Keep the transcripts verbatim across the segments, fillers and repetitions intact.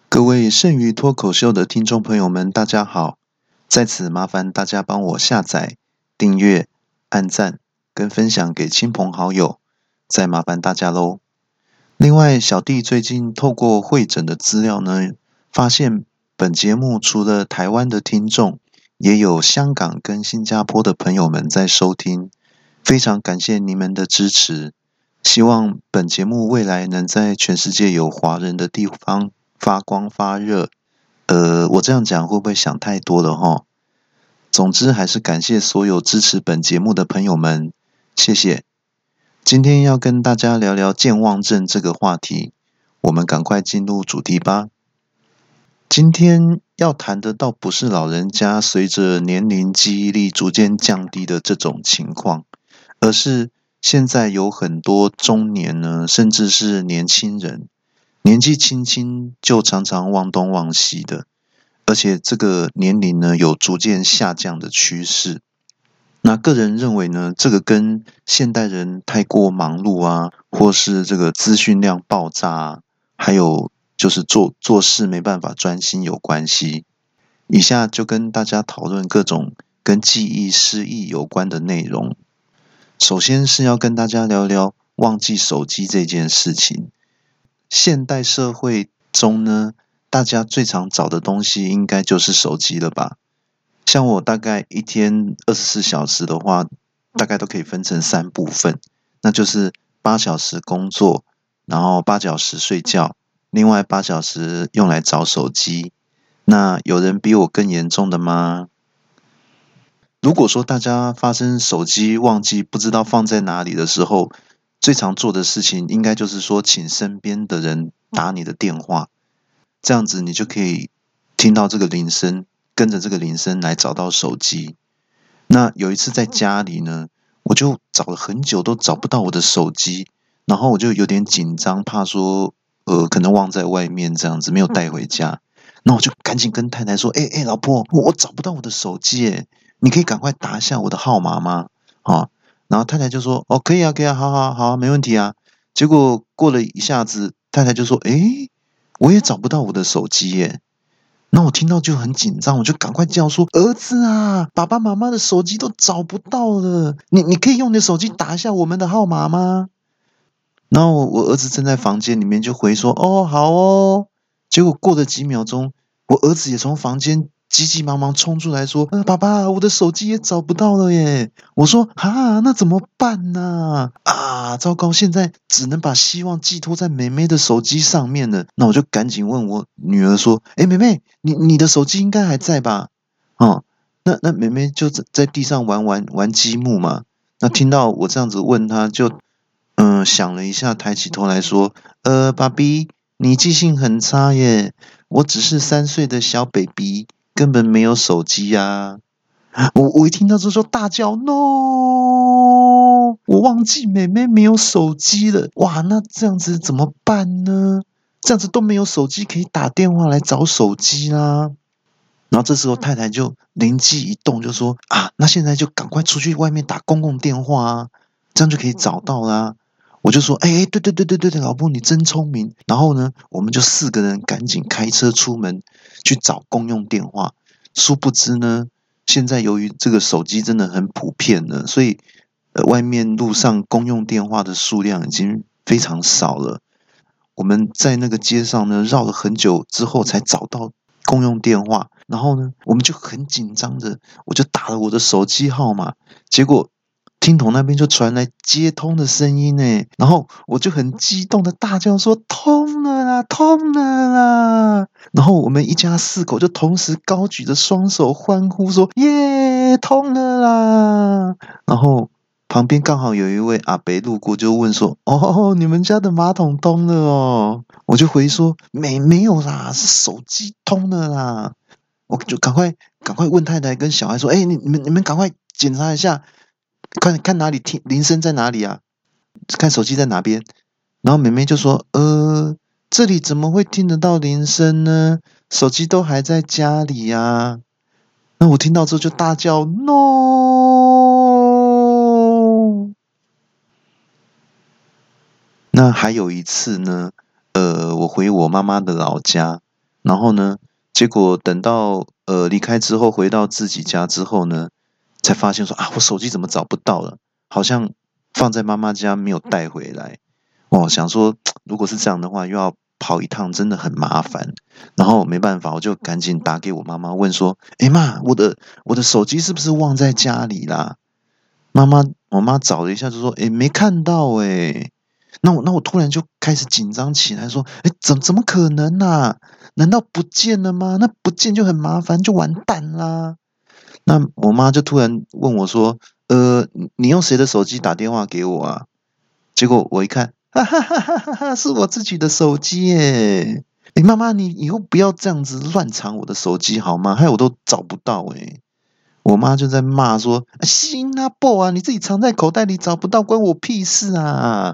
各位剩余脱口秀的听众朋友们，大家好！在此麻烦大家帮我下载、订阅、按赞跟分享给亲朋好友，再麻烦大家喽。另外，小弟最近透过会诊的资料呢，发现本节目除了台湾的听众，也有香港跟新加坡的朋友们在收听，非常感谢你们的支持。希望本节目未来能在全世界有华人的地方发光发热。呃，我这样讲会不会想太多了齁？总之还是感谢所有支持本节目的朋友们，谢谢。今天要跟大家聊聊健忘症这个话题，我们赶快进入主题吧。今天要谈的倒不是老人家随着年龄记忆力逐渐降低的这种情况，而是现在有很多中年呢，甚至是年轻人，年纪轻轻就常常忘东忘西的，而且这个年龄呢有逐渐下降的趋势。那个人认为呢，这个跟现代人太过忙碌啊，或是这个资讯量爆炸啊，还有就是做做事没办法专心有关系。以下就跟大家讨论各种跟记忆失忆有关的内容。首先是要跟大家聊聊忘记手机这件事情。现代社会中呢，大家最常找的东西应该就是手机了吧？像我大概一天二十四小时的话，大概都可以分成三部分，那就是八小时工作，然后八小时睡觉，另外八小时用来找手机。那有人比我更严重的吗？如果说大家发生手机忘记不知道放在哪里的时候，最常做的事情应该就是说请身边的人打你的电话，这样子你就可以听到这个铃声，跟着这个铃声来找到手机。那有一次在家里呢，我就找了很久都找不到我的手机，然后我就有点紧张，怕说呃可能忘在外面这样子没有带回家。那我就赶紧跟太太说：哎、欸、哎、欸，老婆，我我找不到我的手机耶，你可以赶快打一下我的号码吗？啊，然后太太就说：哦，可以啊，可以啊，好好好，没问题啊。结果过了一下子，太太就说：哎、欸，我也找不到我的手机耶。那我听到就很紧张，我就赶快叫说：儿子啊，爸爸妈妈的手机都找不到了，你你可以用你的手机打一下我们的号码吗？然后我我儿子正在房间里面就回说：哦，好哦。结果过了几秒钟，我儿子也从房间急急忙忙冲出来说：呃，爸爸，我的手机也找不到了耶。我说：啊，那怎么办呢？啊，糟糕，现在只能把希望寄托在妹妹的手机上面了。那我就赶紧问我女儿说：诶，妹妹，你你的手机应该还在吧？哦，那那妹妹就在在地上玩玩玩积木嘛。那听到我这样子问她，就嗯想了一下，抬起头来说：呃，爸比，你记性很差耶，我只是三岁的小 baby， 根本没有手机呀、啊。我我一听到这就大叫 no， 我忘记妹妹没有手机了。哇，那这样子怎么办呢？这样子都没有手机可以打电话来找手机啦。然后这时候太太就灵机一动，就说：啊，那现在就赶快出去外面打公共电话啊，这样就可以找到啦。我就说：哎、欸，对对对对对对，老婆你真聪明。然后呢，我们就四个人赶紧开车出门去找公用电话。殊不知呢，现在由于这个手机真的很普遍了，所以呃，外面路上公用电话的数量已经非常少了。我们在那个街上呢绕了很久之后才找到公用电话，然后呢，我们就很紧张的，我就打了我的手机号码，结果听筒那边就传来接通的声音呢，然后我就很激动的大叫说：通了啦，通了啦！然后我们一家四口就同时高举着双手欢呼说：耶，通了啦！然后旁边刚好有一位阿伯路过，就问说：哦，你们家的马桶通了哦？我就回说：没没有啦，是手机通了啦。我就赶快赶快问太太跟小孩说：哎，你你们你们赶快检查一下，看看哪里听铃声在哪里啊？看手机在哪边？然后妹妹就说：呃，这里怎么会听得到铃声呢？手机都还在家里呀、啊。那我听到之后就大叫 no。那还有一次呢，呃，我回我妈妈的老家， 然后呢，结果等到呃离开之后，回到自己家之后呢，才发现说啊，我手机怎么找不到了？好像放在妈妈家没有带回来。哦，想说如果是这样的话，又要跑一趟，真的很麻烦。然后没办法，我就赶紧打给我妈妈问说：“哎妈，我的我的手机是不是忘在家里啦？”妈妈，我妈找了一下就说：“哎，没看到哎。”那我那我突然就开始紧张起来，说：“哎，怎怎么可能啊？难道不见了吗？那不见就很麻烦，就完蛋啦。”那我妈就突然问我说：“呃，你用谁的手机打电话给我啊？”结果我一看，哈哈哈哈哈哈，是我自己的手机耶！哎，妈妈，你以后不要这样子乱藏我的手机好吗？害我都找不到哎。我妈就在骂说：“啊行啊，不啊，你自己藏在口袋里找不到，关我屁事啊！”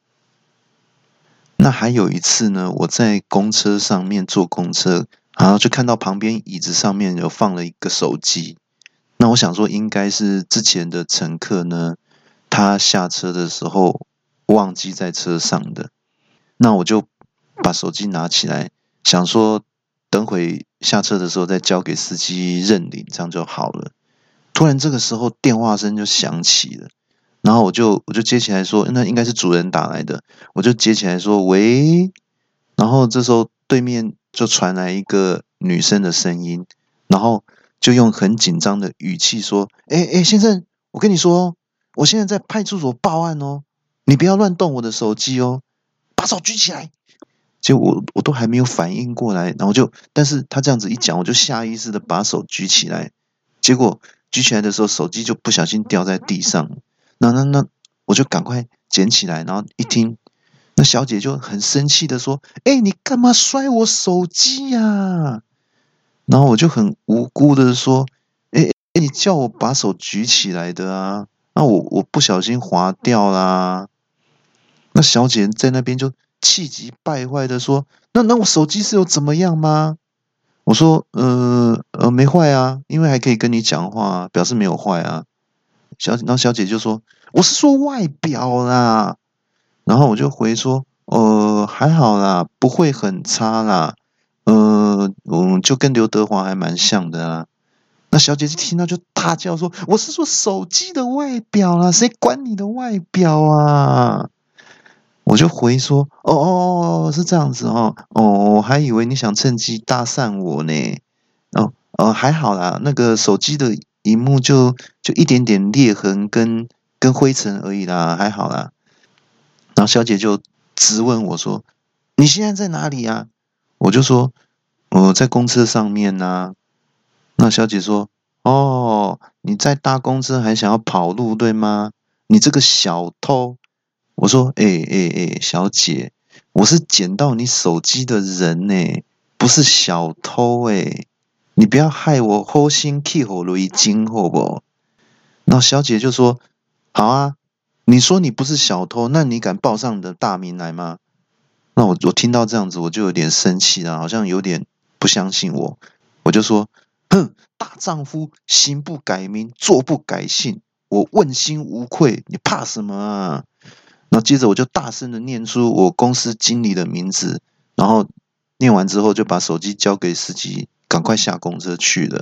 那还有一次呢，我在公车上面坐公车，然后就看到旁边椅子上面有放了一个手机。那我想说，应该是之前的乘客呢，他下车的时候忘记在车上的。那我就把手机拿起来，想说等会下车的时候再交给司机认领，这样就好了。突然这个时候电话声就响起了，然后我就我就接起来说，那应该是主人打来的，我就接起来说喂，然后这时候对面就传来一个女生的声音，然后就用很紧张的语气说：“哎哎，先生，我跟你说哦，我现在在派出所报案哦，你不要乱动我的手机哦，把手举起来。”结果我我都还没有反应过来，然后就，但是他这样子一讲，我就下意识的把手举起来，结果举起来的时候，手机就不小心掉在地上，那那那我就赶快捡起来，然后一听，那小姐就很生气的说：“哎、欸，你干嘛摔我手机呀、啊？”然后我就很无辜的说：“哎、欸欸，你叫我把手举起来的啊，那我我不小心滑掉啦。”那小姐在那边就气急败坏的说：“那那我手机是有怎么样吗？”我说：“呃呃，没坏啊，因为还可以跟你讲话啊，表示没有坏啊。”小然后小姐就说：“我是说外表啦。”然后我就回说：“呃，还好啦，不会很差啦。呃，嗯，就跟刘德华还蛮像的啊。”那小姐就听到就大叫说：“我是说手机的外表啦，谁管你的外表啊？”我就回说：“哦哦哦，是这样子哦，哦，我还以为你想趁机搭讪我呢。哦哦，还好啦，那个手机的荧幕就就一点点裂痕跟跟灰尘而已啦，还好啦。”然后小姐就质问我说：“你现在在哪里呀？”我就说：“我在公车上面呐。”那小姐说：“哦，你在搭公车还想要跑路，对吗？你这个小偷！”我说：“哎哎哎，小姐，我是捡到你手机的人呢，不是小偷哎，你不要害我好心气火雷惊，好不好？”然后小姐就说：“好啊，你说你不是小偷，那你敢报上你的大名来吗？”那我我听到这样子，我就有点生气了，好像有点不相信我，我就说：“哼，大丈夫行不改名，坐不改姓，我问心无愧，你怕什么啊？”然后接着我就大声的念出我公司经理的名字，然后念完之后就把手机交给司机，赶快下公车去了。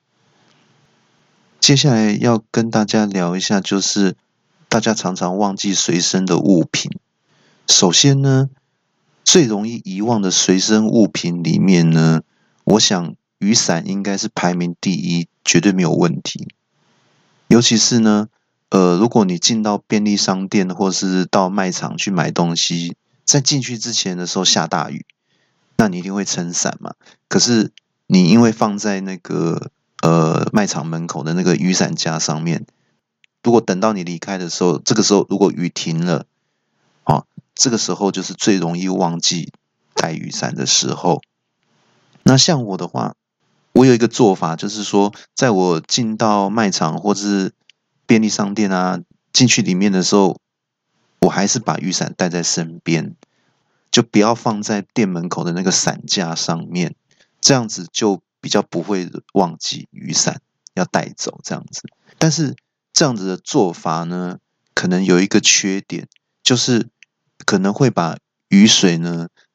接下来要跟大家聊一下，就是大家常常忘记随身的物品。首先呢，最容易遗忘的随身物品里面呢，我想雨伞应该是排名第一，绝对没有问题。尤其是呢，呃，如果你进到便利商店或是到卖场去买东西，在进去之前的时候下大雨，那你一定会撑伞嘛。可是你因为放在那个呃卖场门口的那个雨伞架上面，如果等到你离开的时候，这个时候如果雨停了，哦，这个时候就是最容易忘记带雨伞的时候。那像我的话，我有一个做法，就是说，在我进到卖场或是便利商店啊，进去里面的时候，我还是把雨伞带在身边，就不要放在店门口的那个伞架上面，这样子就比较不会忘记雨伞要带走这样子。但是这样子的做法呢，可能有一个缺点，就是可能会把雨水呢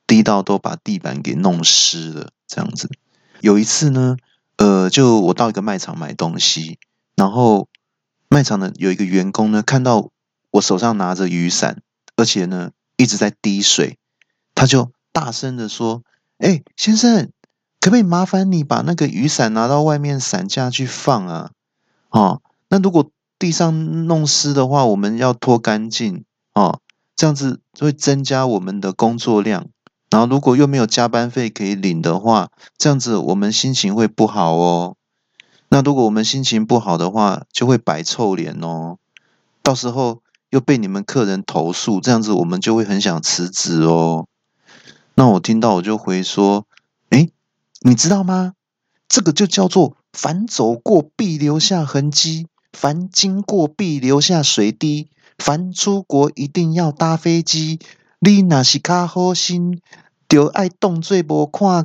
滴到都把地板给弄湿了，这样子。有一次呢，呃，就我到一个卖场买东西，然后卖场的有一个员工呢，看到我手上拿着雨伞，而且呢一直在滴水，他就大声的说：“哎，先生，可不可以麻烦你把那个雨伞拿到外面伞架去放啊？哦，那如果地上弄湿的话，我们要拖干净哦，这样子会增加我们的工作量。然后如果又没有加班费可以领的话，这样子我们心情会不好哦。那如果我们心情不好的话，就会摆臭脸哦。到时候又被你们客人投诉，这样子我们就会很想辞职哦。”那我听到我就回说：“诶，你知道吗？这个就叫做凡走过必留下痕迹，凡经过必留下水滴，凡出国一定要搭飞机。你若是较好心，就爱当作无看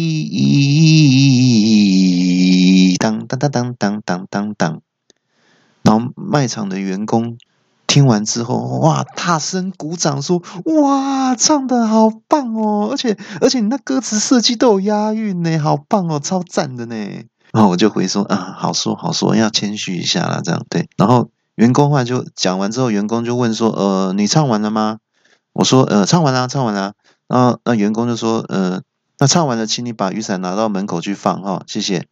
见。”当当当当当当当当。然后卖场的员工听完之后，哇，大声鼓掌说：“哇，唱得好棒哦！而且而且你那歌词设计都有押韵呢，好棒哦，超赞的呢。”然后我就回说：“啊，好说好说，要谦虚一下啦，这样对。”然后员工话就讲完之后，员工就问说：“呃，你唱完了吗？”我说：“呃，唱完啦，唱完啦。”然后那员工就说：“呃，那唱完了，请你把雨伞拿到门口去放哈，谢谢。”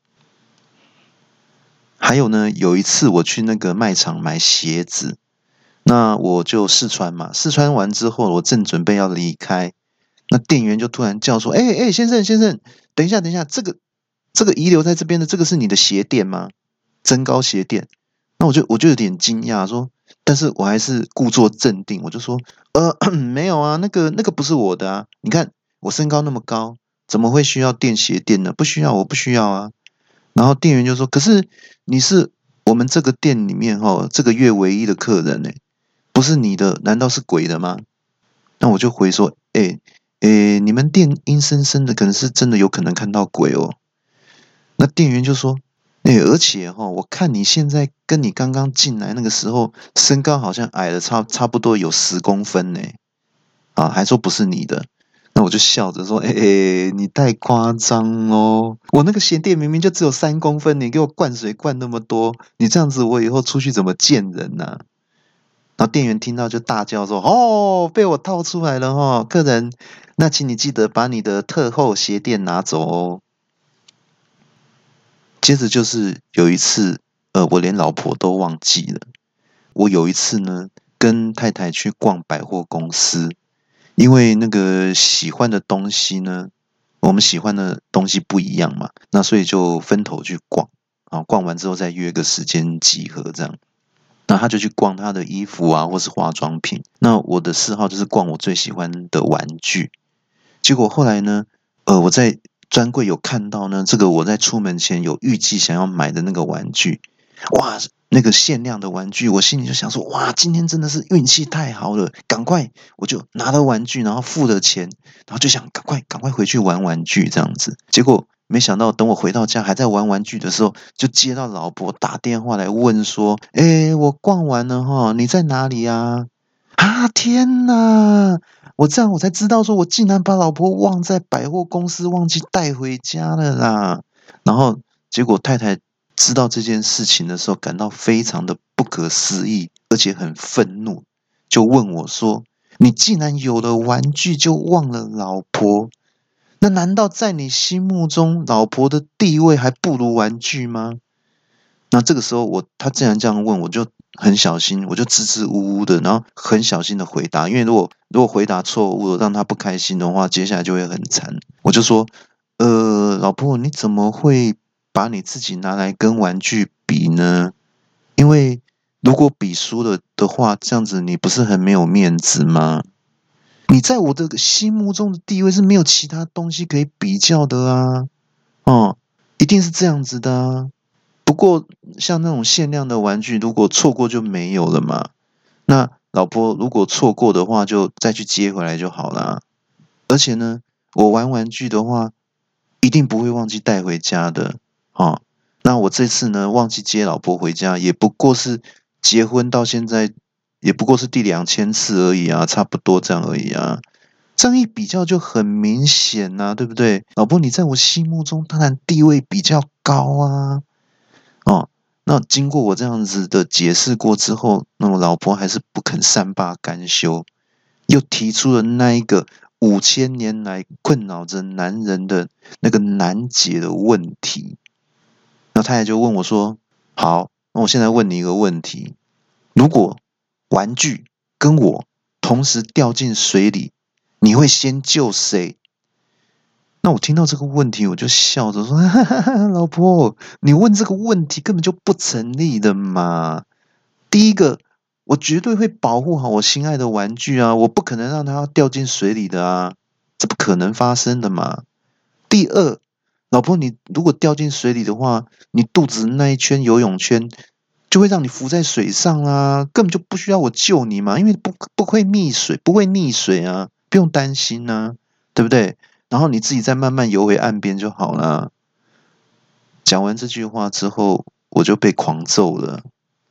还有呢，有一次我去那个卖场买鞋子，那我就试穿嘛，试穿完之后，我正准备要离开，那店员就突然叫说：“哎、欸、哎、欸，先生先生，等一下等一下，这个这个遗留在这边的这个是你的鞋垫吗？增高鞋垫？”那我就我就有点惊讶，说，但是我还是故作镇定，我就说：“呃，没有啊，那个那个不是我的啊，你看我身高那么高，怎么会需要垫鞋垫呢？不需要，我不需要啊。”然后店员就说：“可是你是我们这个店里面哈这个月唯一的客人呢，不是你的，难道是鬼的吗？”那我就回说：“哎、欸、哎，你们店阴森森的，可能是真的有可能看到鬼哦。”那店员就说：“哎、欸，而且哈，我看你现在跟你刚刚进来那个时候，身高好像矮了差差不多有十公分呢。啊，还说不是你的。”那我就笑着说：“哎、欸、你太夸张哦！我那个鞋垫明明就只有三公分，你给我灌水灌那么多，你这样子我以后出去怎么见人呢、啊？”然后店员听到就大叫说：“哦，被我套出来了哦，客人，那请你记得把你的特厚鞋垫拿走哦。”接着就是有一次，呃，我连老婆都忘记了。我有一次呢，跟太太去逛百货公司。因为那个喜欢的东西呢，我们喜欢的东西不一样嘛，那所以就分头去逛啊，逛完之后再约个时间集合这样。那他就去逛他的衣服啊，或是化妆品。那我的嗜好就是逛我最喜欢的玩具。结果后来呢，呃，我在专柜有看到呢，这个我在出门前有预计想要买的那个玩具，哇！那个限量的玩具，我心里就想说：“哇，今天真的是运气太好了！”赶快，我就拿了玩具，然后付了钱，然后就想赶快赶快回去玩玩具这样子。结果没想到，等我回到家还在玩玩具的时候，就接到老婆打电话来问说：“哎，我逛完了哈，你在哪里啊？”啊，天哪！我这样我才知道，说我竟然把老婆忘在百货公司，忘记带回家了啦。然后结果太太知道这件事情的时候，感到非常的不可思议，而且很愤怒，就问我说：“你既然有了玩具，就忘了老婆？那难道在你心目中，老婆的地位还不如玩具吗？”那这个时候我，他竟然这样问，我就很小心，我就支支吾吾的，然后很小心的回答，因为如果如果回答错误了，让他不开心的话，接下来就会很惨。我就说：“呃，老婆，你怎么会把你自己拿来跟玩具比呢？因为如果比输了的话，这样子你不是很没有面子吗？你在我的心目中的地位是没有其他东西可以比较的啊，哦，一定是这样子的啊。不过像那种限量的玩具，如果错过就没有了嘛。那老婆如果错过的话，就再去接回来就好啦。而且呢，我玩玩具的话，一定不会忘记带回家的。哦，那我这次呢，忘记接老婆回家，也不过是结婚到现在，也不过是第两千次而已啊，差不多这样而已啊。 这样一比较就很明显啊，对不对？老婆，你在我心目中当然地位比较高啊。哦，那经过我这样子的解释过之后，那么老婆还是不肯善罢甘休，又提出了那一个五千年来困扰着男人的那个难解的问题。那太太就问我说：好，那我现在问你一个问题，如果玩具跟我同时掉进水里，你会先救谁？那我听到这个问题，我就笑着说：哈哈哈，老婆，你问这个问题根本就不成立的嘛。第一个，我绝对会保护好我心爱的玩具啊，我不可能让它掉进水里的啊，这不可能发生的嘛。第二，老婆，你如果掉进水里的话，你肚子那一圈游泳圈就会让你浮在水上啦，根本就不需要我救你嘛，因为不不会溺水，不会溺水啊，不用担心啊，对不对？然后你自己再慢慢游回岸边就好了。讲完这句话之后，我就被狂揍了。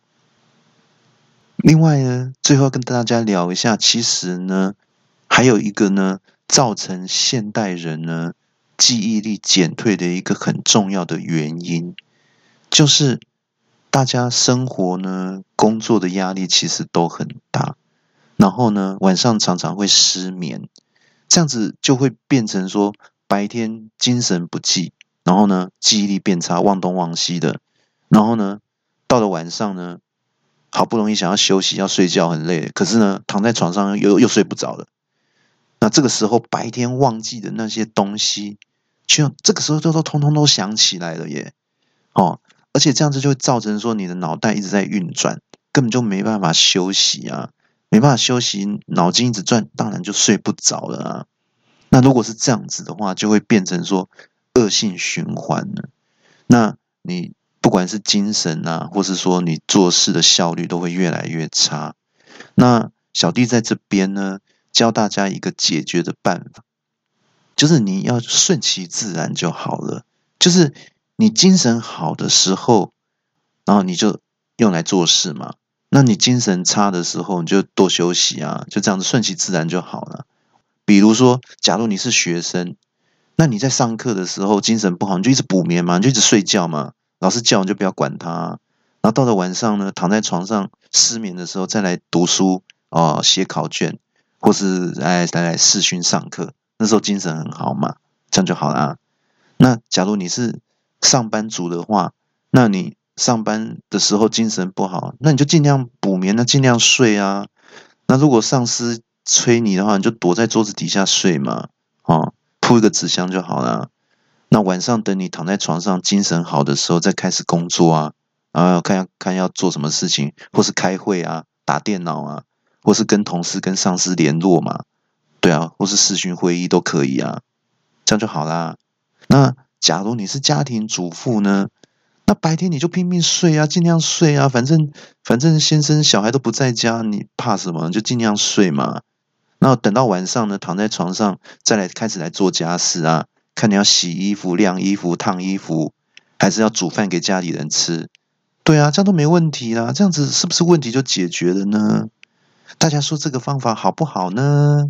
另外呢，最后要跟大家聊一下，其实呢，还有一个呢，造成现代人呢记忆力减退的一个很重要的原因，就是大家生活呢、工作的压力其实都很大，然后呢，晚上常常会失眠，这样子就会变成说，白天精神不济，然后呢，记忆力变差，忘东忘西的，然后呢，到了晚上呢，好不容易想要休息，要睡觉，很累，可是呢，躺在床上又又睡不着了。那这个时候白天忘记的那些东西，就这个时候就都通通都想起来了耶。哦，而且这样子就会造成说你的脑袋一直在运转，根本就没办法休息啊，没办法休息，脑筋一直转，当然就睡不着了啊。那如果是这样子的话，就会变成说恶性循环了。那你不管是精神啊，或是说你做事的效率都会越来越差。那小弟在这边呢，教大家一个解决的办法，就是你要顺其自然就好了。就是你精神好的时候，然后你就用来做事嘛。那你精神差的时候，你就多休息啊，就这样子顺其自然就好了。比如说，假如你是学生，那你在上课的时候精神不好，你就一直补眠嘛，你就一直睡觉嘛。老师叫你就不要管他啊。然后到了晚上呢，躺在床上失眠的时候，再来读书哦，写考卷，或是来来来视讯上课，那时候精神很好嘛，这样就好啦。那假如你是上班族的话，那你上班的时候精神不好，那你就尽量补眠，那尽量睡啊。那如果上司催你的话，你就躲在桌子底下睡嘛，哦，铺一个纸箱就好了。那晚上等你躺在床上精神好的时候，再开始工作啊，然后看要看要做什么事情，或是开会啊、打电脑啊，或是跟同事、跟上司联络嘛，对啊，或是视讯会议都可以啊，这样就好啦。那假如你是家庭主妇呢？那白天你就拼命睡啊，尽量睡啊，反正反正先生小孩都不在家，你怕什么？就尽量睡嘛。那等到晚上呢，躺在床上再来开始来做家事啊，看你要洗衣服、晾衣服、烫衣服，还是要煮饭给家里人吃？对啊，这样都没问题啦。这样子是不是问题就解决了呢？大家说这个方法好不好呢？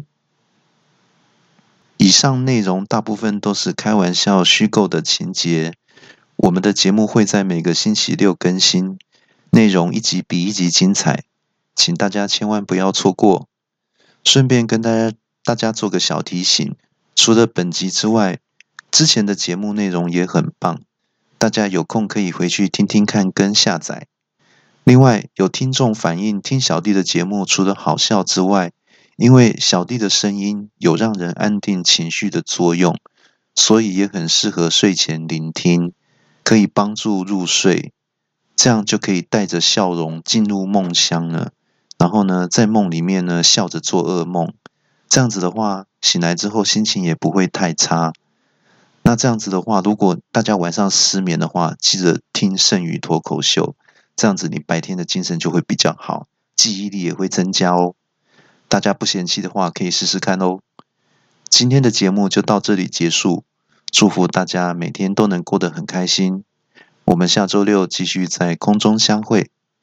以上内容大部分都是开玩笑、虚构的情节。我们的节目会在每个星期六更新，内容一集比一集精彩，请大家千万不要错过。顺便跟大家大家做个小提醒，除了本集之外，之前的节目内容也很棒，大家有空可以回去听听看跟下载。另外，有听众反映听小弟的节目除了好笑之外，因为小弟的声音有让人安定情绪的作用，所以也很适合睡前聆听，可以帮助入睡，这样就可以带着笑容进入梦乡了。然后呢，在梦里面呢，笑着做噩梦，这样子的话，醒来之后心情也不会太差。那这样子的话，如果大家晚上失眠的话，记得听剩余脱口秀，这样子你白天的精神就会比较好，记忆力也会增加哦。大家不嫌弃的话，可以试试看哦。今天的节目就到这里结束，祝福大家每天都能过得很开心。我们下周六继续在空中相会。